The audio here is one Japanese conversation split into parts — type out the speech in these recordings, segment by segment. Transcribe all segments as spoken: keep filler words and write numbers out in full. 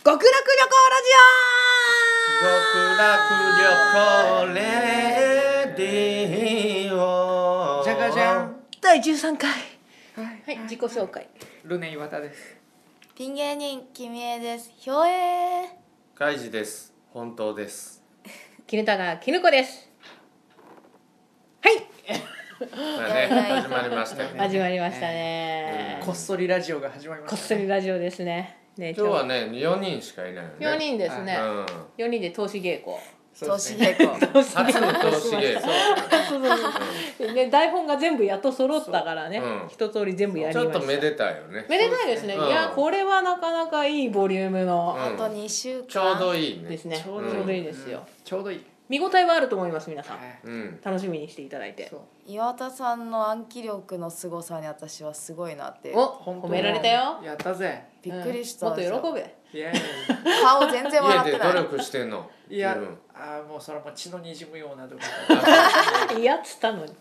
極楽旅行ラジオ極楽旅行レディオじゃがじゃんだいじゅうさんかい。 はい、 はい、自己紹介。 ルネ岩田です。 ピン芸人キミエです。ひょえカイジです。本当です。 絹田が絹子です。はいまあね、始まりましたよね。 始まりましたね、 こっそりラジオが始まりました、ね、 こっそりラジオですね。ね、 今日はねよにんしかいないよね。 よにんですね、 うん、 よにんで投資稽古。 投資稽古初の投資稽古。 そうそうそうね、台本が全部やっと揃ったからね、 うん一通り全部やりました。 ちょっとめでたいよね。 めでたいですね、 うん、 いやこれはなかなかいいボリュームの、 うん、 あとにしゅうかんちょうどいいね。 ですね、ちょうちょうどどいいですよ、 うん、ちょうどいい。 見応えはあると思います皆さん、 うん、 楽しみにしていただいて。 そう岩田さんの暗記力の凄さに私はすごいなってお褒められたよ。 やったぜ。 びっくりしたうん、もっんですよ。 と喜べ。 いやい顔全然笑家でってない。 努力してんの。 やいや、 自分あーもうそれも血のにじむようなとこいやっつったのに。 も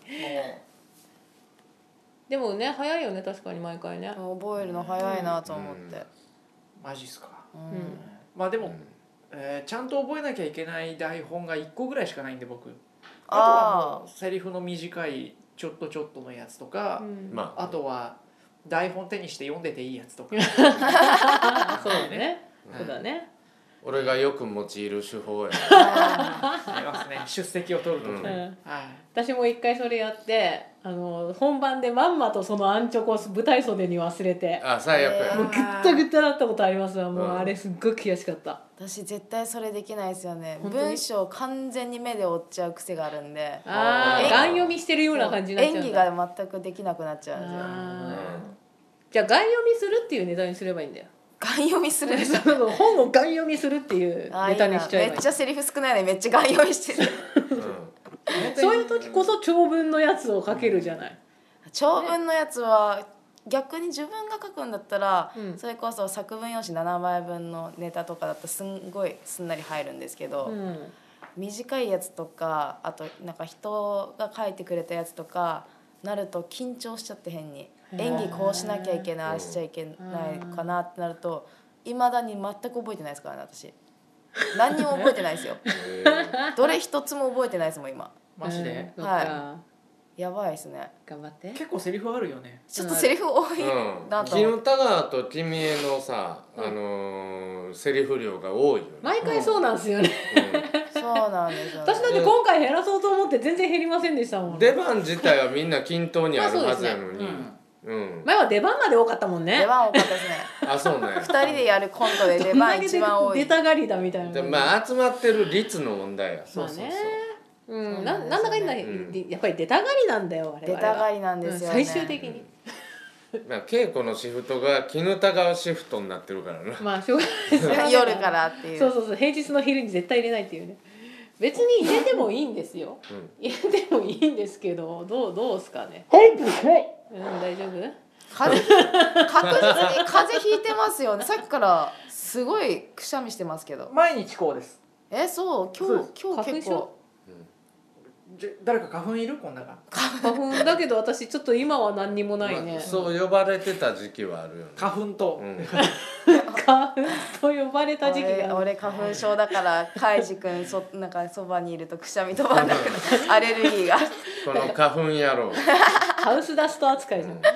でもね早いよね確かに毎回ね。 覚えるの早いなと思って。 うマジっすか。 うんうんまあでも、えーちゃんと覚えなきゃいけない台本がいっこぐらいしかないんで僕。あとはもうセリフの短いちょっとちょっとのやつとか、 うんまあ、 あとは台本手にして読んでていいやつとか。 あそうだね。そうだね。 俺がよく用いる手法や。 ありますね。出席を取るとき、 うんねうんはい。 私も一回それやってあの本番でまんまとそのアンチョコを舞台袖に忘れてあ、最悪や。 もうぐったぐったなったことありますわ。もううんあれすっごく悔しかった。 私絶対それできないですよね。 本当に文章完全に目で追っちゃう癖があるんで。 ああえガン読みしてるような感じになっちゃうんだ。 演技が全くできなくなっちゃうんですよ。 あーうんじゃあガン読みするっていうネタにすればいいんだよ。 ガン読みするんですよ。 そう本をガン読みするっていうネタあーいいなにしちゃえばいい。 めっちゃセリフ少ないのにめっちゃガン読みしてる。 そういう時こそ長文のやつを書けるじゃない。 長文のやつは逆に自分が書くんだったら、 うんそれこそ作文用紙ななまいぶんのネタとかだったらすんごいすんなり入るんですけど、 うん短いやつとかあとなんか人が書いてくれたやつとかなると緊張しちゃって変に演技こうしなきゃいけないああしちゃいけないかなってなるといまだに全く覚えてないですからね私。何にも覚えてないですよ。 へーどれ一つも覚えてないですもん今。 マジで、 うんはいそっかやばいですね。 頑張って。 結構セリフあるよね。 ちょっとセリフ多いうんなと思って。 絹田川と君へのさ、あのー、セリフ量が多いよね。 毎回そうなんですよね。 そうなんですよ、ね。 私だって今回減らそうと思って全然減りませんでしたもん。 出番自体はみんな均等にあるはずやのに、 まあそうですねうん、 前は出番まで多かったもんね。 出番多かったですね。 あ、そうね。 二人でやるコントで出番一番多い。 出たがりだみたいな。 でまあ集まってる率の問題や。 そうそうそう。 まあねうん、 そうななんですよねなんだかんだ、 うんやっぱり出たがりなんだよ我出 々は。 たがりなんですよね。 うん最終的に。 まあ稽古のシフトが絹田川シフトになってるからな。 まあしょうがないです夜からっていう。 そうそうそう平日の昼に絶対入れないっていうね。別に入れてもいいんですよ。 うん入れてもいいんですけどどうどうすかね。はいうん大丈夫？ 風邪確実に風邪ひいてますよね。さっきからすごいくしゃみしてますけど。 毎日こうです。 え、そう今そう日今日結構じゃ誰か花粉いるこん中。 花粉だけど私ちょっと今は何にもないね。 まあそう呼ばれてた時期はあるよね。 花粉と、 うん、 花粉と呼ばれた時期俺がある。 俺花粉症だからカイジ君そなんかそばにいるとくしゃみ飛ばなくなるアレルギーが。 この花粉野郎、 ハウスダスト扱いじゃん。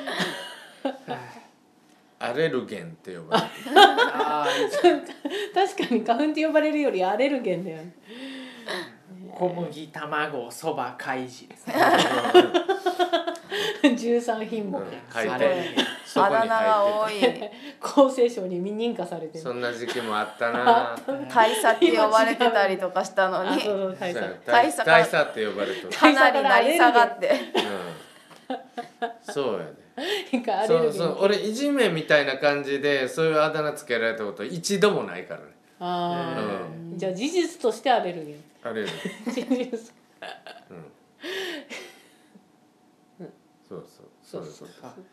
アレルゲンって呼ばれてあーいいですね確かに花粉って呼ばれるよりアレルゲンだよね。 小麦、卵、そば、海事ですね。 じゅうさんひんもく、 うん書いあてれそこにあだ名が多入っい。 厚生省に認可されてる。 てそんな時期もあったな。 大佐って呼ばれてたりとかしたのあ、 にそうそう大佐。 大大佐大佐って呼ばれとる。 かなり成り下がって。 うん、そうやで。 なんかアレルギー。 そうそう俺いじめみたいな感じでそういうあだ名つけられたこと一度もないからね。 ああ、 うじゃあ事実としてアレルギアレルギー。 ー。事実。 うん。そうそうそうそう。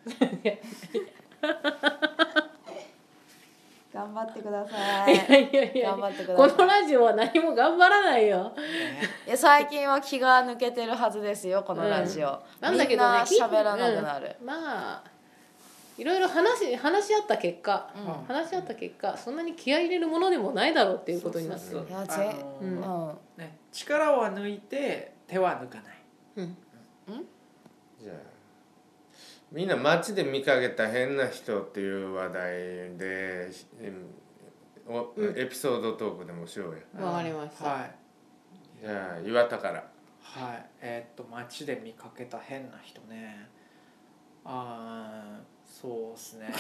頑張ってくださいい。 やいやいや。 頑張ってくださいこのラジオは何も頑張らないよ。 いや最近は気が抜けてるはずですよこのラジオ。 なんだけどね。 みんな喋らなくなる。 うんまあいろいろ話し話し合った結果、 うん話し合った結果そんなに気合い入れるものでもないだろうっていうことになって、 そうそうそういやあぜのうんーうんね、力は抜いて手は抜かない。 うんじゃあみんな街で見かけた変な人っていう話題で、うんおうんエピソードトークでもしようや。 わかりましたはいじゃあ岩田から。 はい、えーっと街で見かけた変な人ね。ああ、そうですね。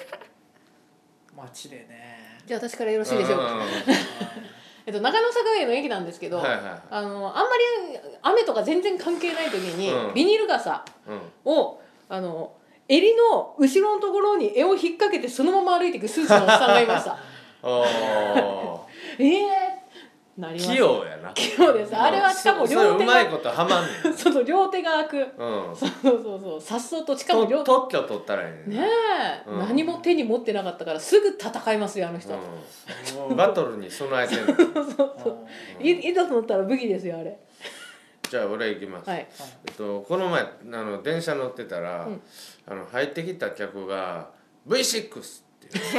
街でね。 じゃあ私からよろしいでしょうか、 うんえっと、中野坂上の駅なんですけど、 はいはいあのあんまり雨とか全然関係ない時に、 うんビニール傘うんをあの襟の後ろのところに絵を引っ掛けてそのまま歩いていくスーツのおっさんがいましたおええー、なりました器用やな。 器用です。あれはしかもそそれ両手うまいがことはまんねん。 その両手が開くうん。 そうそうそうさっそうとしかもと両手特許取ったらいいねん。 ねえ、 うん何も手に持ってなかったからすぐ戦いますよあの人、 うん、バトルに備えてんの。 いいざとなったら武器ですよあれ。 じゃあ俺行きます。 はいえっとこの前あの電車乗ってたら、 うんあの入ってきた客が ブイシックス っていう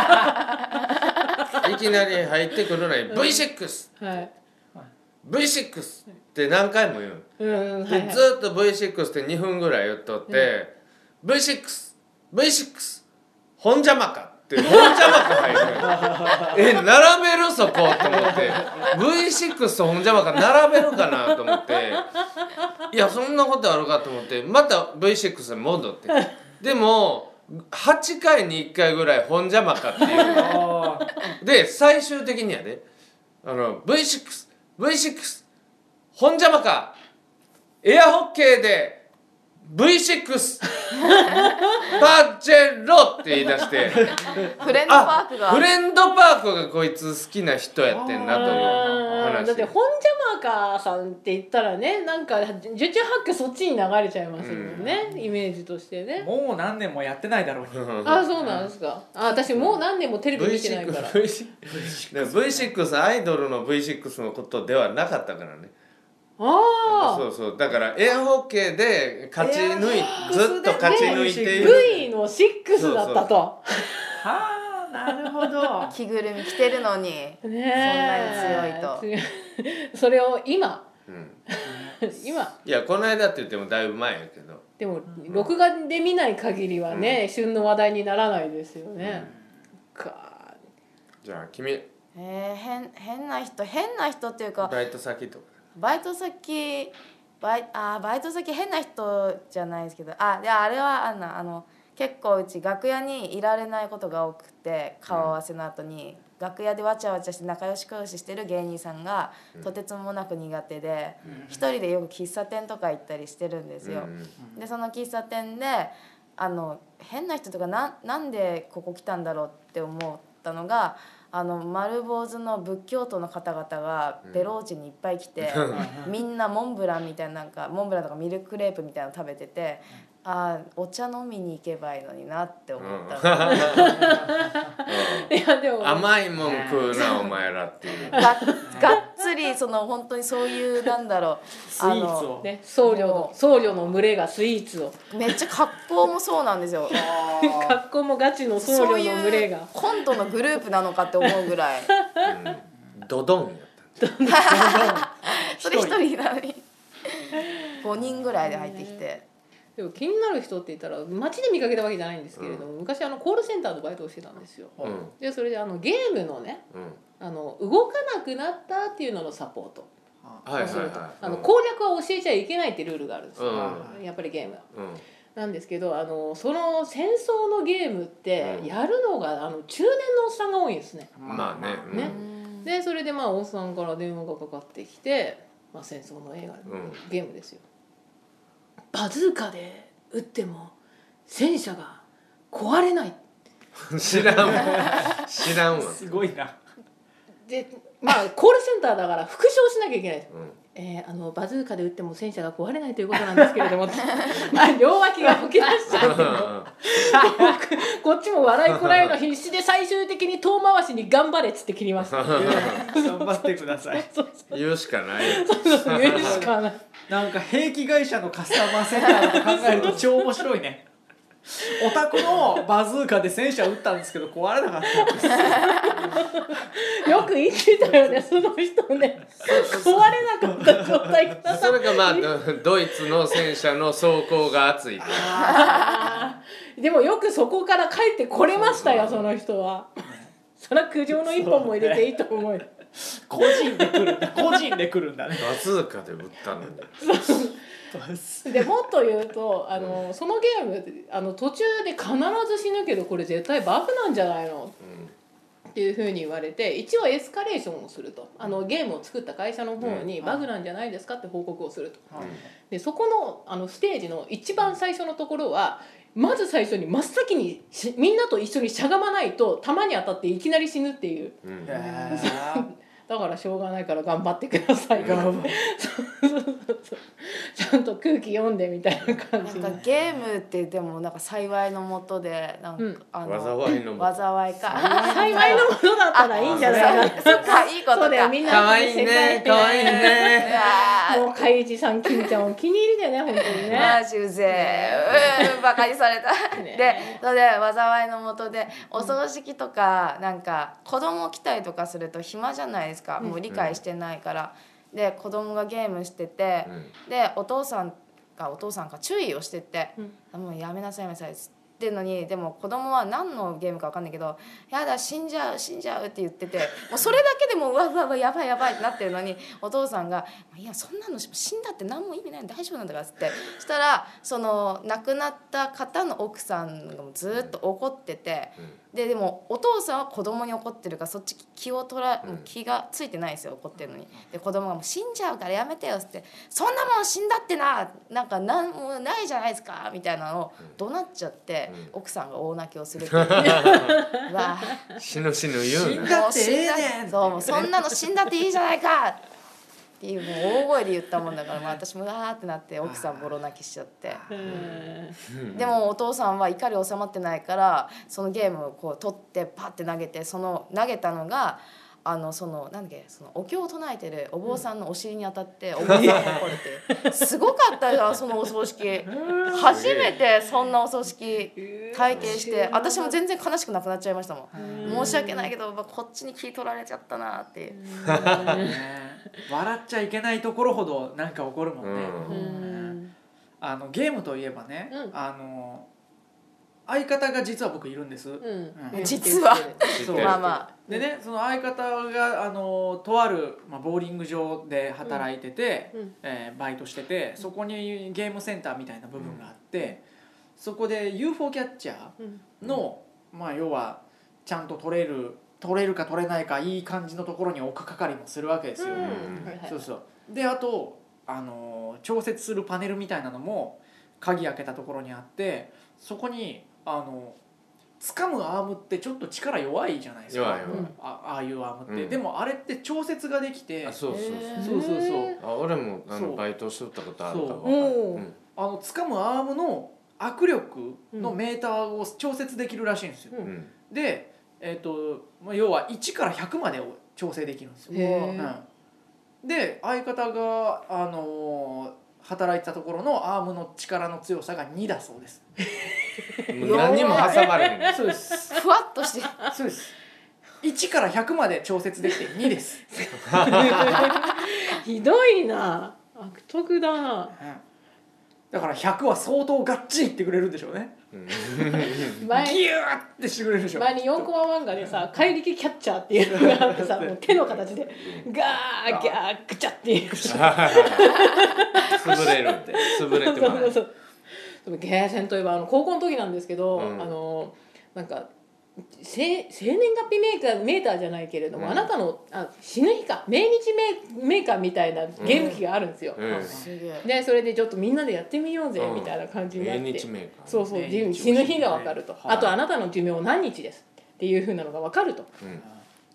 いきなり入ってくるのに ブイシックスはいブイシックス って何回も言うの。 うんはいはいでずっと ブイシックス ってにふんぐらい言っとって、ブイシックス ブイシックス 本邪魔かって本邪魔か入るえ並べるそこと思って ブイシックス と本邪魔か並べるかなと思っていやそんなことあるかと思ってまた ブイシックス に戻ってでもはちかいにいっかいぐらい本邪魔かっていうのあで最終的にやであの ブイシックス ブイシックス 本邪魔かエアホッケーで ブイシックス パチェロって言い出してフレンドパークがあフレンドパークがこいつ好きな人やってんなという話だって本邪魔かさんって言ったらねなんか十中八九そっちに流れちゃいますもんね、イメージとしてね。 もう何年もやってないだろうに。 あそうなんですか。あ私もう何年もテレビ見てないからブイシックス で ブイシックス アイドルの ブイシックス のことではなかったからね。 ああそうそうだからエアホッケーで勝ち抜いエアホックスでずっと勝ち抜いている V のろくだったと。 はあ、なるほど。 着ぐるみ着てるのにねそんなに強いと強いそれを今うん今いやこの間って言ってもだいぶ前やけどでも録画で見ない限りはね、 うん旬の話題にならないですよね、かじゃあ君えー、変変な人変な人っていうかバイト先とかバイト先バイあーバイト先変な人じゃないですけどあいやあれはあんなあの結構うち楽屋にいられないことが多くて顔合わせの後に、楽屋でわちゃわちゃして仲良しこよししてる芸人さんがとてつもなく苦手で、一人でよく喫茶店とか行ったりしてるんですよ。 うんでその喫茶店であの変な人とかななんでここ来たんだろうって思ったのがあの丸坊主の仏教徒の方々がベローチにいっぱい来て、みんなモンブランみたいななんかモンブランとかミルクレープみたいなの食べてて、あーお茶飲みに行けばいいのになって思ったの、 いやでも甘いもん食うなお前らっていうががっつりその本当にそういうなんだろうスイーツを。 ね、僧侶の僧侶の群れがスイーツをめっちゃ格好もそうなんですよ。 格好もガチの僧そう侶の群れがいうコントのグループなのかって思うぐらいうんドドンやったそれ一人なのにごにんぐらいで入ってきて、 でも気になる人って言ったら街で見かけたわけじゃないんですけれども、昔あのコールセンターのバイトをしてたんですよ。 うんでそれであのゲームのねうんあの動かなくなったっていうののサポートはいはいをすると、 はいあの攻略は教えちゃいけないってルールがあるんですよ、 うやっぱりゲームは。 うんなんですけどあのその戦争のゲームってうんやるのがあの中年のおっさんが多いんですね。 まあねねうんでそれでまあおっさんから電話がかかってきて、まあ、戦争の映画、 うんゲームですよ。バズーカで撃っても戦車が壊れない知らんわ知らんわすごいな。 でまあコールセンターだから復唱しなきゃいけないです。 うんえー、あのバズーカで撃っても戦車が壊れないということなんですけれどもまあ両脇が吹き出しちゃうけどこっちも笑いこらえるの必死で最終的に遠回しに頑張れっつって切りました頑張ってください。 言うしかない言うしかない。 なんか兵器会社のカスタマーセンターだと考えると超面白いね。 オタクのバズーカで戦車撃ったんですけど壊れなかったんです。 よく生きてたよねその人ね。壊れなかった状態からそれがまあドイツの戦車の装甲が熱い。 あーでもよくそこから帰ってこれましたよその人は。そりゃ苦情の一本も入れていいと思うよ。 個人で来るんだ個人で来るんだね。 バズーカで撃ったのに。 でもっと言うとあのそのゲームあの途中で必ず死ぬけどこれ絶対バグなんじゃないのっていうふうに言われて一応エスカレーションをするとあのゲームを作った会社の方にバグなんじゃないですかって報告をすると。でそこの、あのステージの一番最初のところはまず最初に真っ先にしみんなと一緒にしゃがまないと弾に当たっていきなり死ぬっていう、 うんへだからしょうがないから頑張ってくださいと頑張るそうそうそうちゃんと空気読んでみたいな感じになんかゲームってでもなんか幸いのもとでなんか、 うんあの災いのもと災いか幸いのものだったらいいんじゃないかな。 そっかいいことそうだよかみんなかわいいねかわいいいね。 やもうカイジさん金ちゃんお気に入りだよね本当にーね。 マジうぜえうんバカにされたねでそれで災いのもとでお葬式とかなんか子供来たりとかすると暇じゃないですか、 うんもう理解してないからで子供がゲームしてて、 うんでお父さんがお父さんが注意をしてて、 うんもうやめなさいやめなさいっつってんのにでも子供は何のゲームか分かんないけど「やだ死んじゃう死んじゃう」って言っててもうそれだけでもうわうわうわやばいやばいってなってるのにお父さんが「いやそんなの死んだって何も意味ないの大丈夫なんだから」っつってそしたらその亡くなった方の奥さんがずっと怒ってて。ででもお父さんは子供に怒ってるからそっち気を取らもう気がついてないんですよ怒ってるのに。で子供がもう死んじゃうからやめてよっつって「そんなもん死んだってななんか何もないじゃないですか」みたいなのを怒鳴っちゃって、 うん奥さんが大泣きをするっていううわ死ぬ死ぬ死言うんな。 だってええねんそうもうそんなの死んだっていいじゃないかっていうもう大声で言ったもんだから、まあ、私もわーってなって奥さんボロ泣きしちゃって。 うんでもお父さんは怒り収まってないからそのゲームをこう取ってパッて投げてその投げたのがあのそのなんだっけそのお経を唱えてるお坊さんのお尻に当たってお坊さんが怒るっていうすごかったよそのお葬式初めてそんなお葬式体験して私も全然悲しくなくなっちゃいましたもん申し訳ないけどこっちに気取られちゃったなっていうね笑っちゃいけないところほどなんか起こるもんね、 うんうんあのゲームといえばね、 うんあの相方が実は僕いるんです、 うんうん実はそうまあまでねその相方があのとある、まあ、ボーリング場で働いてて、 うんえーバイトしててそこにゲームセンターみたいな部分があって、そこで ユーフォー キャッチャうんーの、まあ、要はちゃんと取れる取れるか取れないかいい感じのところに置く係もするわけですよ、 うんうんはいはいそうそうであとあの調節するパネルみたいなのも鍵開けたところにあってそこにあの掴むアームってちょっと力弱いじゃないですか弱い弱いあああいうアームって、 うんでもあれって調節ができてあそうそうへーそうそうそうへそう。あ俺もあそうのバイトしとったことあるからそうわかる。 おーうんあの掴むアームの握力のメーターを調節できるらしいんですよ、 うんうんで、えーとまあ、要はいちからひゃくまでを調整できるんですよ、 へーうん、で相方が、あのー働いてたところのアームの力の強さがにだそうですもう何にも挟まれへん。 そうですあふわっとしてそうですいちからひゃくまで調節できてにです、 ひどいな悪徳だな。 うんだからひゃくは相当がっちりいってくれるんでしょうね前ギューってしてくれるでしょ前によんコマ漫画でさ怪力キャッチャーっていうのがあってさもう手の形でガーギャーグチャっていう潰れるって潰れてまう。 そうそうそうでもゲーセンといえばあの高校の時なんですけど、 うんあのなんか生生年月日メーカーメーターじゃないけれども、 うんあなたのあ死ぬ日か命日メメーカーみたいなゲーム機があるんですよ、 うんすげえでそれでちょっとみんなでやってみようぜうんみたいな感じになって、 命日メーカー。 そうそう命日死ぬ日が分かると、 はいあとあなたの寿命何日ですっていう風なのが分かるとうん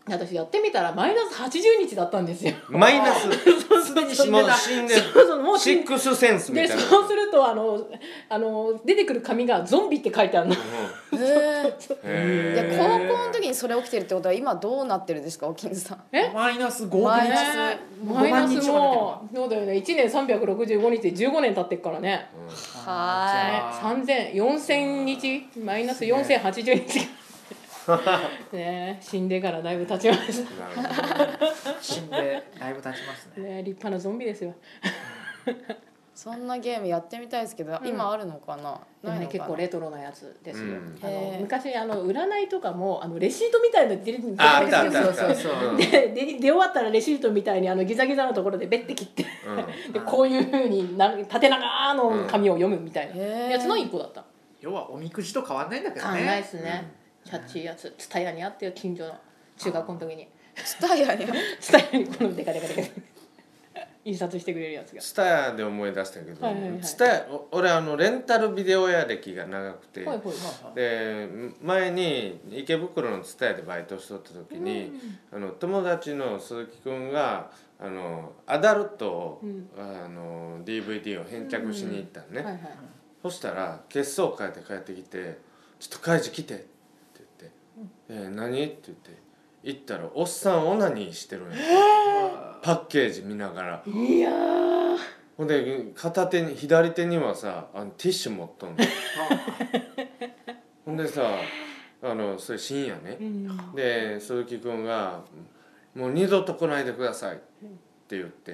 私やってみたらマイナスはちじゅうにちだったんですよ。 マイナスすでに死んでた。 もう死んでるそうそうもう死んシックスセンスみたでいな。 そうするとあのあの出てくる紙がゾンビって書いてあるの。 へえへーいや高校の時にそれ起きてるってことは今どうなってるんですかお金さん。 えマイナスごマイナスマイナスもそうだよねいちねんさんびゃくろくじゅうごにちでじゅうごねん経ってっからね。 はさんぜんよんせんにちマイナスよんせんはちじゅうにちね死んでからだいぶ経ちましなるほど死んでだいぶ経ちますた、 ね。 ね、立派なゾンビですよ。 そんなゲームやってみたいですけど、 うん今あるのかな。 でもねないのかな。 結構レトロなやつですよ、 うんあのへー昔あの占いとかもあのレシートみたいなの出てるんですああったあよ。 ったあったそうそうそううんでで出終わったらレシートみたいにあのギザギザのところでベッて切ってうんでこういうふうにな縦長の紙を読むみたいなへーやつの一個だった。 要はおみくじと変わんないんだけど考えね。 ですね、キャッチーやつツタヤにあって近所の中学校の時にスタヤに。 ツタヤにこのデカデカデカ印刷してくれるやつが。 ツタヤで思い出したけど、 はいはいはいツタヤお俺あのレンタルビデオ屋歴が長くて、 はいはいで前に池袋のツタヤでバイトしとった時に、あの友達の鈴木くんがあのアダルトを、 うんあの ディーブイディー を返却しに行ったのね、 はいはいそしたら血相変えて帰ってきて「ちょっとカイジ来て」って言って「えー何?」って言って行ったらおっさんオナニーしてるんやパッケージ見ながら。 いやーほんで片手に左手にはさあのティッシュ持っとんのほんでさあのそれ深夜ね、 うんで鈴木くんが「もう二度と来ないでください」って言って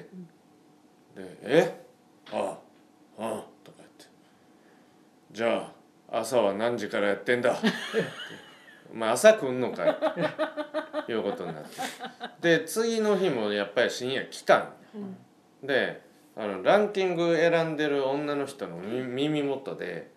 「でえああああ」とか言って「じゃあ朝は何時からやってんだ」ってお前朝来んのかいっていうことになってで次の日もやっぱり深夜来たんうんであのランキング選んでる女の人のみ耳元で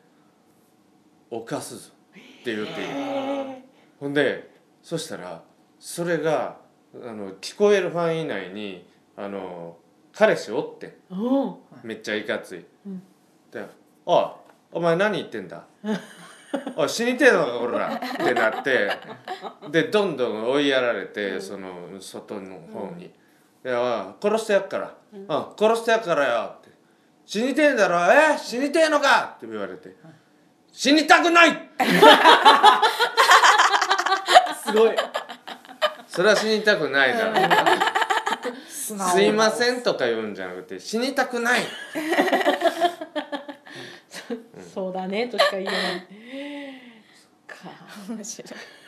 「犯すぞ」って言っているほんでそしたらそれがあの聞こえる範囲内にあの彼氏おっておうめっちゃいかつい、 うんで「おいお前何言ってんだおい死にてえのかこら」ってなってでどんどん追いやられて、その外の方に「でおい殺してやっから、うん殺してやっからよ」って「死にてえんだろえ死にてえのか!」って言われて「死にたくない!」 すごい。 それは死にたくないだろ素直すいませんとか言うんじゃなくて死にたくないそうだねとしか言えないか。 面白い。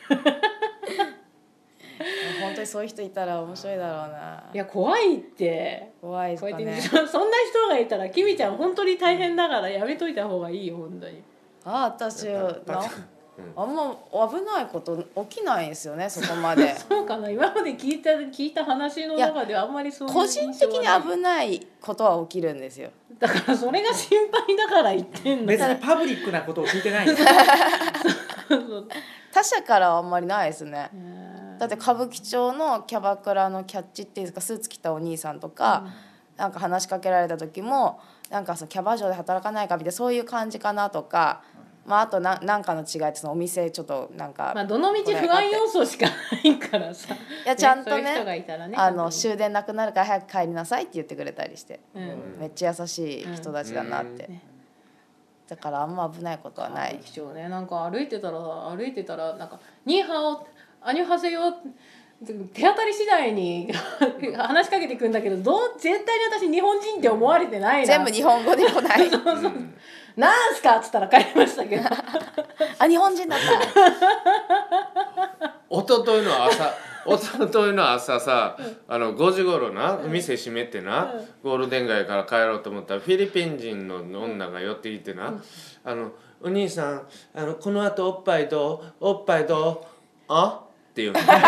本当にそういう人いたら面白いだろうな。 いや怖いって怖いですこうやって、 かね。 そそんな人がいたらきみちゃん本当に大変だからやめといた方がいいよ本当に。 あ、私なパチあんま危ないこと起きないんですよねそこまで。 そうかな今まで聞いた聞いた話の中ではあんまりそういう個人的に危ないことは起きるんですよ。 だからそれが心配だから言ってんの。 別にパブリックなことを聞いてないよ。 他者からはあんまりないですね。 うんだって歌舞伎町のキャバクラのキャッチっていうんですかスーツ着たお兄さんとか、なんか話しかけられた時もなんかそのキャバ嬢で働かないかみたいなそういう感じかなとか、まあ、あとななんかの違いってそのお店ちょっとなんか、 まあどの道不安要素しかないからさ。 いやちゃんとそういう人がねいたらねあの終電なくなるから早く帰りなさいって言ってくれたりして、 うんめっちゃ優しい人たちだなって、 うんだからあんま危ないことはない。 貴重ねなんか歩いてたら歩いてたらなんかニーハオアニョハセヨ手当たり次第に話しかけてくんだけどどう絶対に私日本人って思われてないな全部日本語でもないうんなんすかっつったら帰りましたけどあ日本人だったおとといの朝おとといの朝さあのごじ頃な店閉めてな、ゴールデン街から帰ろうと思ったらフィリピン人の女が寄ってきてな「あのお兄さんあのこのあとおっぱいどうおっぱいどうあ?」って言うので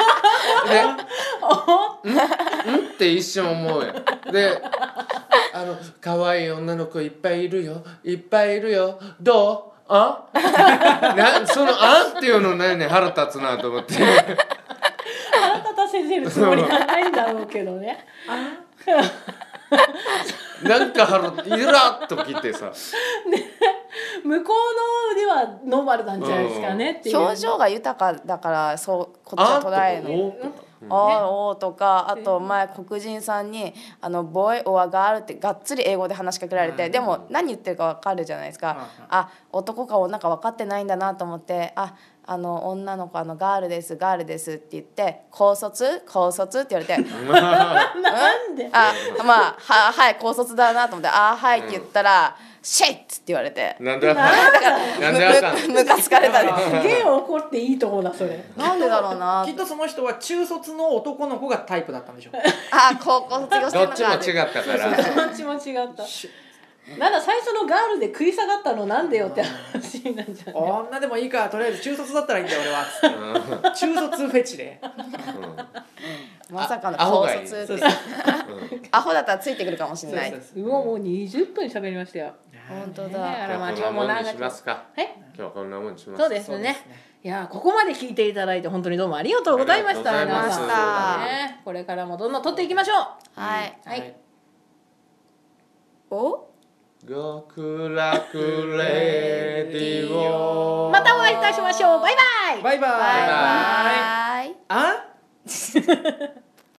「んん?」って一瞬思うやんであの可愛い女の子いっぱいいるよいっぱいいるよどうあなその「あ」っていうの何ね腹立つなと思って腹立たせてるつもりはないんだろうけどねなんか腹イラッときてさ向こうのではノーマルなんじゃないですかねっていう表情が豊かだからそうこっちは捉えるの。 うんあーおーとかあと前黒人さんに「あのボーイ・オア・ガール」ってがっつり英語で話しかけられて、 うんでも何言ってるか分かるじゃないですか、 うんあ男か女か分かってないんだなと思って「ああの女の子あのガールですガールです」って言って「高卒高卒」って言われてなんであまあははい高卒だなと思って「あはい」って言ったら「シェイッ!」って言われてなんであかんなんであかんむむかつかれたりすげえ怒っていいとこだそれなんでだろうなきっとその人は中卒の男の子がタイプだったんでしょう。 あ高校卒業してるのどっちもか違ったからどっちも違ったなんだ最初のガールで食い下がったのなんでよって話になっちゃう女でもいいからとりあえず中卒だったらいいんだよ俺はつって中卒フェチでまさかの高あアホがいい卒ってそうそうアホだったらついてくるかもしれないそうそううわもうにじゅっぷん喋りましたよ本当ねだあらまあ今日こんなもんに今日も長くしますかはい今日はこんなもんにしますそうですねそうですねいやここまで聞いていただいて本当にどうもありがとうございましたありがとうございました皆さんねこれからもどんどん撮っていきましょうはいはいお極楽レディオまたお会いいたしましょうバイバイバイバイバイバイあ